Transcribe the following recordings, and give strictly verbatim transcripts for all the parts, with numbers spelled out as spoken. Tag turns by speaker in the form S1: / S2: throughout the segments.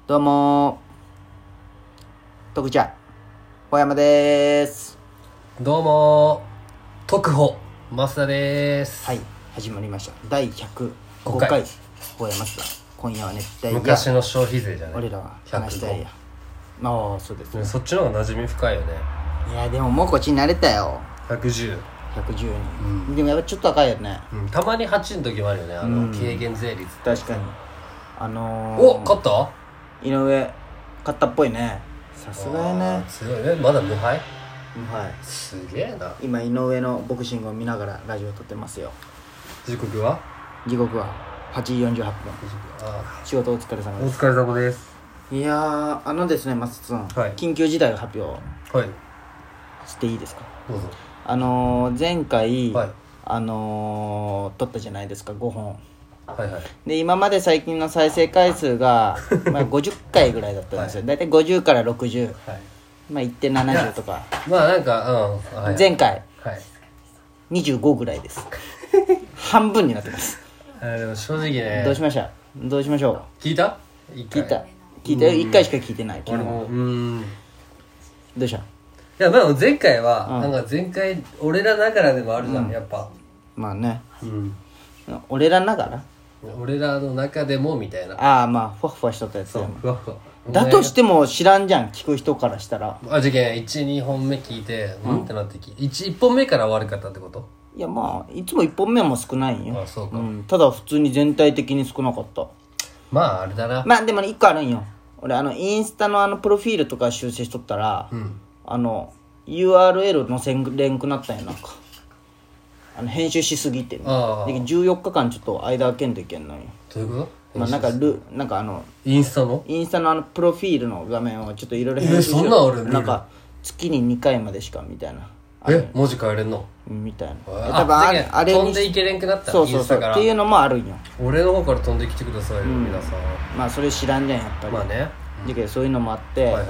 S1: どうもー徳ちゃん小山でーす。
S2: どうもー特保増田でーす。
S1: はい、始まりましただいひゃくごかい小山津田。今夜は熱帯夜。
S2: 昔の消費税じゃない。
S1: 俺らは話したいや。ああそうです、ね、
S2: そっちの方が馴染み深いよね。
S1: いやでももうこっちに慣れたよ。
S2: ひゃくじゅう、
S1: ひゃくじゅうに、うん、でもやっぱちょっと高いよね、
S2: うん、たまにはちの時もあるよね、あの、うん、軽減税率。
S1: 確かにあのー、
S2: お勝った
S1: 井上勝ったっぽいね。さすがやね。
S2: 強いね。まだ無敗。
S1: 無敗
S2: すげえな。
S1: 今井上のボクシングを見ながらラジオ撮ってますよ。
S2: 時刻は
S1: 時刻ははちじよんじゅうはっぷん。あ仕事お疲れ様です。
S2: お疲れ様です。
S1: いやーあのですね松津さん、
S2: はい、
S1: 緊急事態を発表していいですか。
S2: どうぞ。
S1: あのー、前回、
S2: はい、
S1: あのー、撮ったじゃないですかごほん。
S2: はいはい、
S1: で今まで最近の再生回数がまあごじゅっかいぐらいだったんですよ、はい、だいたいごじゅうからろくじゅう、はい、まあいってんななじゅうとか。
S2: まあなんかうん、はい、
S1: 前回、はい、にじゅうごぐらいです半分になってます。
S2: あでも正直ね。
S1: どうしましたどうしましょう。
S2: 聞いた
S1: 聞いた聞いたよ。いっかいしか聞いてない。
S2: 俺もうん
S1: どうした。い
S2: やまあ前回は、うん、なんか前回俺らながらでもあるじゃん、うん、やっぱ
S1: まあね、
S2: うん、
S1: 俺らながら
S2: 俺らの中でもみたいな。
S1: ああまあふわふわしとったやつ。
S2: そうふわふわ
S1: だとしても知らんじゃん聞く人からしたら。
S2: あじゃけんいち、にほんめ聞いてうん、うん、ってなってき 1, 1本目から悪かったってこと。
S1: いやまあいつもいっぽんめも少ないんよ。
S2: あそうか、
S1: うん、ただ普通に全体的に少なかった。
S2: まああれだな。
S1: まあでもねいっこあるんよ。俺あのインスタのあのプロフィールとか修正しとったら、うん、あの ユーアールエル 載せんれんくなったんや。なんかあの編集しすぎて、ね、でじゅうよっかかんちょっと間空けんといけんのよ。
S2: どういうこと。
S1: まあなんかルなんかあの
S2: インスタの
S1: インスタのあのプロフィールの画面をちょっといろいろ編集しよう。
S2: えそんなんある。
S1: なんか月ににかいまでしかみたいな。
S2: え文字変えれんの
S1: みたいな。
S2: 多分あれあれ飛んでいけれんくなったら。
S1: そうそうそうっていうのもあるんよ。
S2: 俺の方から飛んできてくださいよ、うん、皆さん。
S1: まあそれ知らんじゃんやっぱり。まあね、うん、だけどそういうのもあって、はいはい、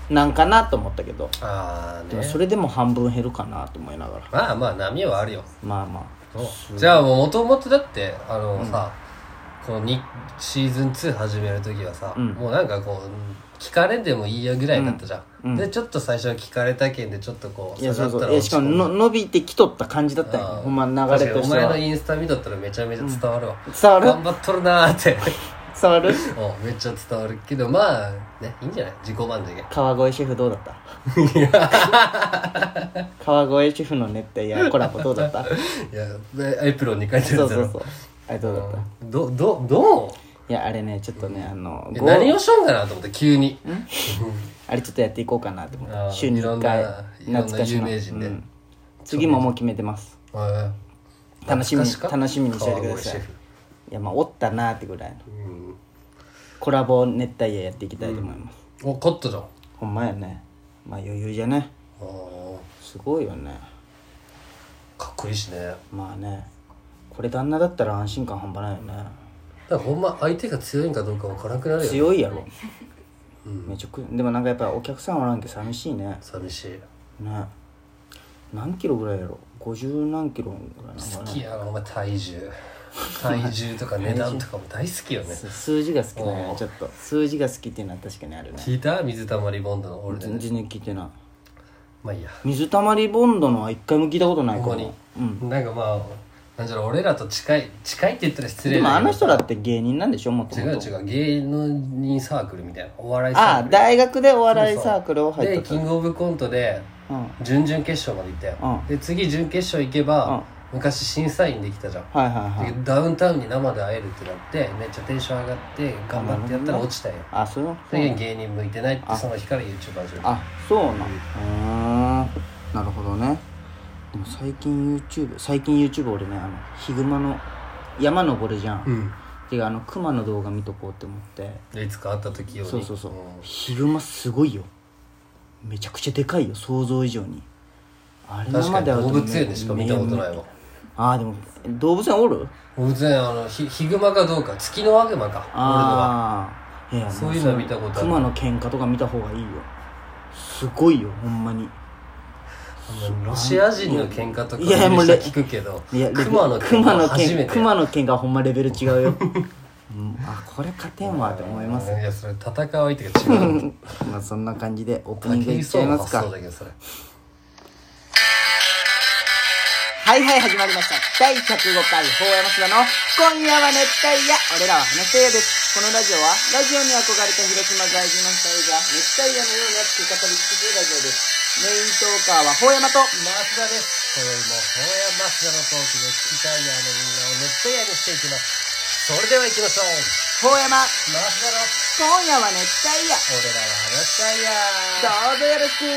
S1: なんかなと思ったけど。ああね。でもそれでも半分減るかなと思いながら。
S2: まあまあ波はあるよ。
S1: まあまあ
S2: そうじゃあもうもともとだってあの、うん、さこのにシーズンツー始める時はさ、うん、もうなんかこう聞かれんでもいいやぐらいだったじゃん、うん、でちょっと最初は聞かれたけんでちょっとこう
S1: いやそうそう。しかもの伸びてきとった感じだったよほんま流れとしては。
S2: お前のインスタ見とったらめちゃめちゃ伝わるわ、
S1: うん、伝わる。
S2: 頑張っとるなーって
S1: 伝わる
S2: めっちゃ伝わるけどまあねいいんじゃない自己満足。
S1: 川越シェフどうだった川越シェフの熱帯夜コラボどうだった。い
S2: やエプロンに書いてるやつだろ。
S1: そうそうそうあれどうだった。
S2: どどどう
S1: いやあれねちょっとね、うん、あの
S2: 何をしようかなと思って急に
S1: あれちょっとやっていこうかなと思って週にいっかい懐かしの有名人で、うん、次ももう決めてます。楽しみに楽しみにしておいてください。いやまあおったなーってぐらいの、うん、コラボ熱帯夜やっていきたいと思います、
S2: うん、お勝ったじゃん。
S1: ほんまやね。まあ余裕じゃね。あすごいよね。
S2: かっこいいしね。
S1: まあねこれ旦那だったら安心感半端ないよね。
S2: だからほんま相手が強いんかどうか分からなくなるよね。
S1: 強いやろ、うん、めちゃくでもなんかやっぱお客さんおらんけ寂しいね。
S2: 寂しい
S1: ね。何キロぐらいやろ。ごじゅう何キロぐらいなのかな。
S2: 好きやろお前体重体重とか値段とかも大好きよね
S1: 数字が好きなのよ。ちょっと数字が好きっていうのは確かにあるね。
S2: 聞いた水たまりボンドの俺
S1: 全然聞いてない。
S2: まあいいや。
S1: 水たまりボンドのは一回も聞いたことないか
S2: ら。うん、なんかまあなんじゃろ俺らと近い近いって言ったら失礼だけど。
S1: でもあの人だって芸人なんでしょもともと。
S2: 違う違う芸人サークルみたいなお笑いサークル。
S1: ああ大学でお笑いサークルを入った
S2: でキングオブコントで準々決勝まで行ったよ、うん、で次準決勝行けば、うん、昔審査員できたじゃん、はいはいはい、でダウンタウンに生で会えるってなってめっちゃテンション上がって頑張ってやったら落ちたよ。
S1: あそう。
S2: で芸人向いてないってその日から YouTuber 始めた。
S1: あそうなん。うんなるほどね。でも最近 YouTube 最近 YouTube 俺ねあのヒグマの山登るじゃん、うん、てかあのクマの動画見とこうって思って
S2: いつか会った時より。
S1: そうそうそう、うん、ヒグマすごいよ。めちゃくちゃでかいよ想像以上に。あれ生で会うと
S2: 動物園でしか見たことないわ。
S1: ああでも動物園おる。
S2: 動物園あのヒヒグマかどうか月のワグマか。
S1: ああいや
S2: そういうのは見たことある。
S1: クマの喧嘩とか見た方がいいよ。すごいよほんまに。
S2: ロシア人の喧嘩とかめっちゃ聞くけど、
S1: いやクマの喧嘩初めて。クマの喧嘩ほんまレベル違うようんあこれ勝てんわって思います。
S2: いやそれ戦う相手が違う
S1: まあそんな感じでオープニングいっちゃいますか。
S2: そうだけどそれ
S1: はいはい始まりました。だいひゃくごかい法山須田の今夜は熱帯夜俺らは話したいです。このラジオはラジオに憧れた広島在住のふたりが熱帯夜のように熱く語り尽くすラジオです。メイントーカーは法山と
S2: 増田です。今宵も法山増田のトークで聞きたい夜のみんなを熱帯夜にしていきます。それでは行きましょう。
S1: 法山
S2: 増田の
S1: 今夜は熱帯夜
S2: 俺らは話したいや
S1: どうぞよろし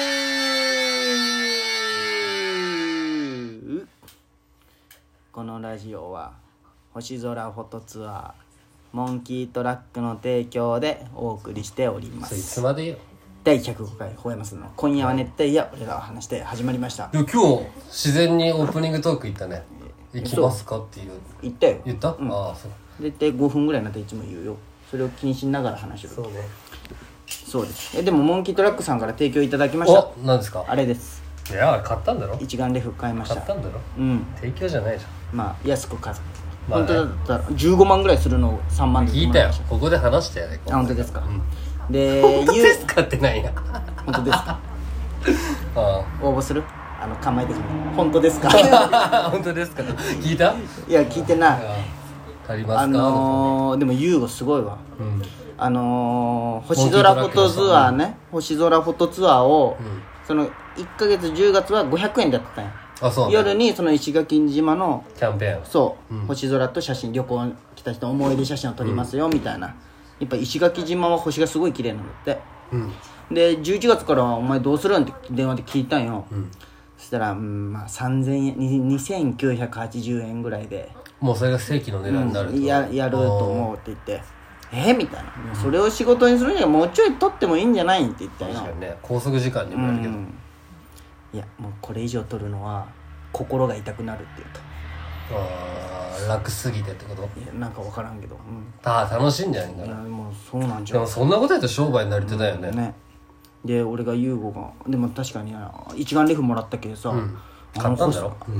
S1: く。このラジオは星空フォトツアーモンキートラックの提供でお送りしております。
S2: いつまでよ
S1: だいひゃくごかいほえますの今夜は熱帯夜俺らは話して始まりました。
S2: でも今日自然にオープニングトーク行ったね。行きますかっていう
S1: 言ったよ。
S2: 言った、
S1: うん、
S2: ああそう
S1: 絶対ごふんぐらいになっていつも言うよ。それを気にしながら話してる。
S2: そうね
S1: そうです。えでもモンキートラックさんから提供いただきました。
S2: お何ですか。
S1: あれです。
S2: いや買ったんだろ。
S1: 一眼レフ買いました。
S2: 買ったんだろ。
S1: うん
S2: 提供じゃないじゃん。
S1: まあ安く買った、まあね、本当だったらじゅうごまんぐらいするのをさんまんで
S2: 聞いたよ。ここで話してやれ。
S1: あ本当ですか、うん、で
S2: 本当ですかってないな
S1: 本当ですかあ
S2: あ
S1: 応募するあの構えてきて本当ですか
S2: 本当ですか聞いた。
S1: いや聞いてない。
S2: 足りますか。
S1: あのー、でもユーゴすごいわ、うん、あのー、星空フォトツアーね、星空フォトツアーを、うん、そのいっかげつじゅうがつはごひゃくえんでやってたんや。
S2: あそう、ね、
S1: 夜にその石垣島の
S2: キャンペーン
S1: そう、うん、星空と写真旅行来た人思い出写真を撮りますよ、うん、みたいな。やっぱ石垣島は星がすごい綺麗なんだって、うん、でじゅういちがつからお前どうするんって電話で聞いたんよ、うん、そしたら、うん、まあさんぜんえんにせんきゅうひゃくはちじゅうえんぐらいで
S2: もうそれが正規の値段になると、
S1: うん、や, やると思うって言ってえー、みたいな、うん、それを仕事にするにはもうちょい取ってもいいんじゃないんって言ったよ。
S2: 確かにね拘束時間にもなるけど、うん、
S1: いやもうこれ以上取るのは心が痛くなるって言うと。
S2: ああ楽すぎてってこと。
S1: いやなんか分からんけど、うん、
S2: ああ楽しんじゃないんだな。
S1: もうそうなんじゃ
S2: でもそんなことやったら商売になりてだよね、うん、ね。
S1: で俺が優吾がでも確かに一眼レフもらったけどさ、うん、
S2: 買ったんだろ、
S1: うん、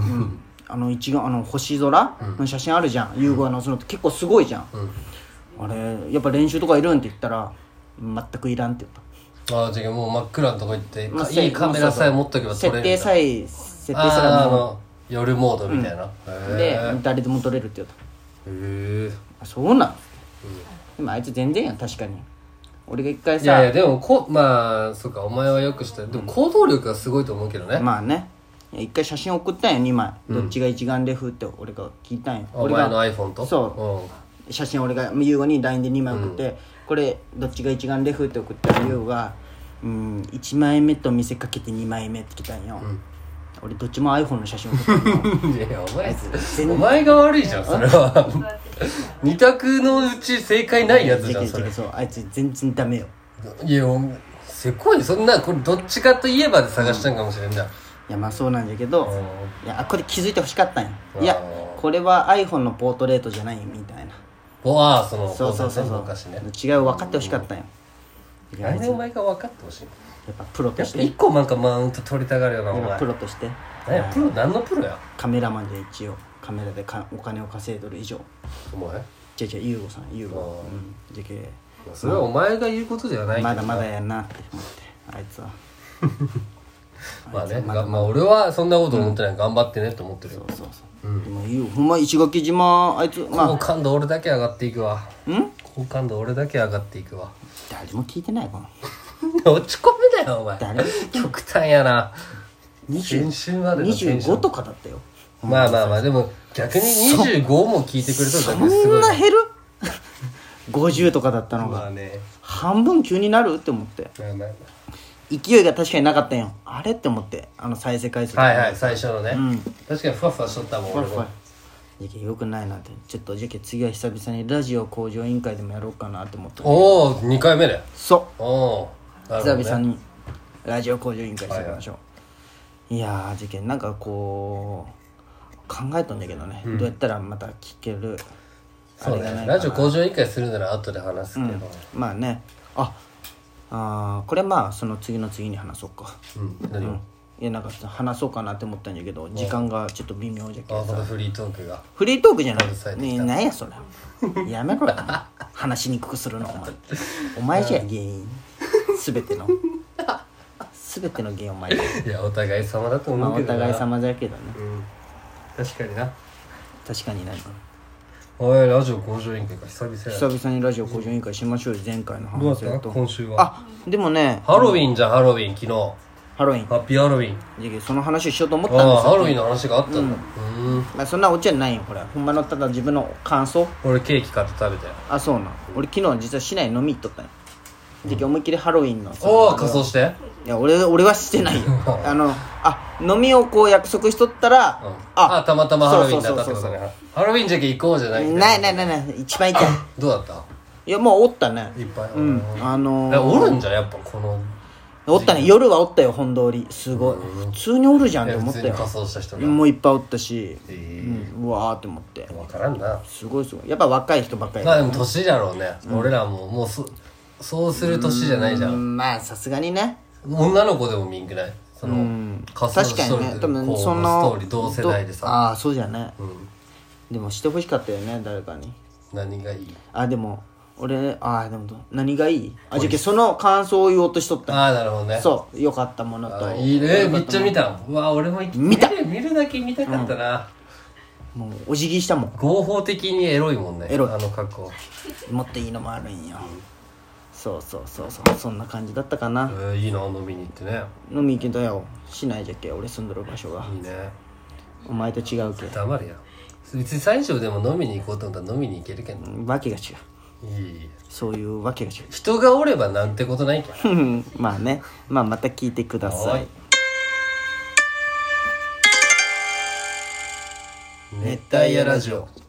S1: あの一眼あの星空の写真あるじゃん、優吾がのその結構すごいじゃん、うん、あれやっぱ練習とかいるんって言ったら全くいらんって言った。
S2: ああじゃあもう真っ暗なとこ行って、まあ、いいカメラさえ持っとけば撮れるんだ。
S1: 設定さえ設定さえ
S2: もう夜モードみたいな、
S1: うん、で誰でも撮れるって言った。
S2: へえ
S1: そうなん、うん、でもあいつ全然やん確かに。俺が一回さ
S2: いやいやでもこまあそうかお前はよくしたでも行動力がすごいと思うけどね。
S1: まあね一回写真送ったんよにまい、うん、どっちが一眼レフって俺が聞いたんよ。
S2: お前の iPhone と
S1: そう、うん、写真俺が優吾に ライン でにまい送って、うん、これどっちが一眼レフって送ったら優吾がうんいちまいめと見せかけてにまいめって来たんよ、うん、俺どっちも iPhone の写真送ったんよいや
S2: お前お前が悪いじゃんそれは二択のうち正解ないやつじゃんそれ。
S1: そうあいつ全然ダメよ。
S2: いやせこいそんなこれどっちかといえばで探したんかもしれんじゃん、うん、い
S1: やまあそうなんだけどいやこれ気づいてほしかったんや。いやこれは iPhone のポートレートじゃないみたいな。
S2: ああその
S1: そうそうそうそう昔ね違いを分かってほしかったんや。
S2: 来年お前が分かってほしい。
S1: やっぱプロとして
S2: 一個なんかマウント取りたがるよなお前。
S1: プロとして
S2: 何やプロ何のプロや。
S1: カメラマンで一応カメラでかお金を稼いどる以上
S2: お前
S1: じゃじゃ優吾さん優吾うんじゃけ
S2: それはお前が言うことではないけど
S1: まだまだやなって思ってあいつは
S2: まあねまあ俺はそんなこと思ってない、うん、頑張ってねって思ってるよ。
S1: そうそうそう、うん、でも優吾ほんま石垣島あいつ
S2: まあ好感度俺だけ上がっていくわ。
S1: ん
S2: 好感度俺だけ上がっていくわ。
S1: 誰も聞いてないかな
S2: 落ち込めだよお前。誰も極端やな。先週までのテンション
S1: にじゅうごとかだったよ。
S2: まあまあまあでも逆ににじゅうごも聞いてくれただけ
S1: すごい。そんな減るごじゅうとかだったのが、まあね、半分急になるって思って、まあまあまあ、勢いが確かになかったんよあれって思ってあの再生回数
S2: はいはい最初のね、うん、確かにふわふわしとったもん。
S1: ふわふわじゃけよくないなってちょっとじゃけ次は久々にラジオ向上委員会でもやろうかなって思って。
S2: おおにかいめで
S1: そう
S2: お
S1: お、ね、久々にラジオ向上委員会してみましょう、はいはい、いやーじゃけなんかこう考えたんだけどね、うん、どうやったらまた聞ける
S2: そうねラジオ向上委員会するなら後で話すけど、うん、
S1: まあねああこれまあその次の次に話そうか。
S2: うん何を、うん、
S1: いやなんか話そうかなって思ったんだけど時間がちょっと微妙じゃけ
S2: どさ、あこのフリートークが
S1: フリートークじゃないねえ何やそれやめろよ話しにくくするのお前お前じゃ原因全ての全ての原因お前じゃ
S2: いやお互い様だと思うけどな、
S1: まあ、お互い様だけどね、
S2: うん、確かにな
S1: 確かに何
S2: おいラジオ向上委員会か久々や
S1: 久々にラジオ向上委員会しましょうよ前回の話
S2: どうだった今週は。
S1: あでもね
S2: ハロウィンじゃんハロウィン昨日
S1: ハロウィン
S2: ハッピーハロウィン
S1: じゃその話をしようと思ったんですよ。
S2: ああハロウィンの話があったんだ、うん
S1: うんまあ、そんなオチはないよこれほんまのただ自分の感想。
S2: 俺ケーキ買って食べたよ。
S1: あそうな俺昨日実は市内飲み行っとったんよ、うん、じゃ思いっきりハロウィンの
S2: おお仮装して
S1: いや俺俺はしてないよあのあ飲みをこう約束しとったら、
S2: うん、ああたまたまハロウィンだったってことね。ハロウィンじゃけ行こうじゃない
S1: ないないないない一番痛い
S2: どうだった。
S1: いやもうおったね
S2: いっぱい
S1: うんあの
S2: ー、おるんじゃんやっぱこの
S1: おったね夜はおったよ本通りすごい普通におるじゃんって思ったよ。
S2: 普通に仮装した人が
S1: もういっぱいおったし、
S2: え
S1: ーうん、うわーって思って
S2: 分からんな
S1: すごいすごいやっぱ若い人ばっかり
S2: まあでも年だろうね、うん、俺らももうそそうする年じゃないじゃん、
S1: んまあさすがにね
S2: 女の子でも見んくないその、うん、仮装しとるってこうストーリー同世代でさ
S1: ああそうじゃね、うん、でもしてほしかったよね誰かに。
S2: 何がいい
S1: あでも俺ああでも何がいいあじゃけその感想を言おうとしとった。
S2: ああなるほどね。
S1: そう良かったものと
S2: いいねめっちゃ見た。うわ俺も
S1: 見た
S2: 見るだけ見たかったな、
S1: うん、もうお辞儀したもん。
S2: 合法的にエロいもんね
S1: エロい
S2: あの格好
S1: もっといいのもあるんよ、うん、そうそうそうそうそんな感じだったかな。
S2: えー、いいな飲みに行ってね。
S1: 飲み行けたよ市内じゃけ俺住んでる場所が
S2: いいね。
S1: お前と違うけ
S2: 黙れや別に最初でも飲みに行こうと思ったら飲みに行けるけど、
S1: うん、わけが違う
S2: いい
S1: そういうわけが違う
S2: 人がおればなんてことないけ
S1: どまあねまあまた聞いてください。
S2: 熱帯夜ラジオ。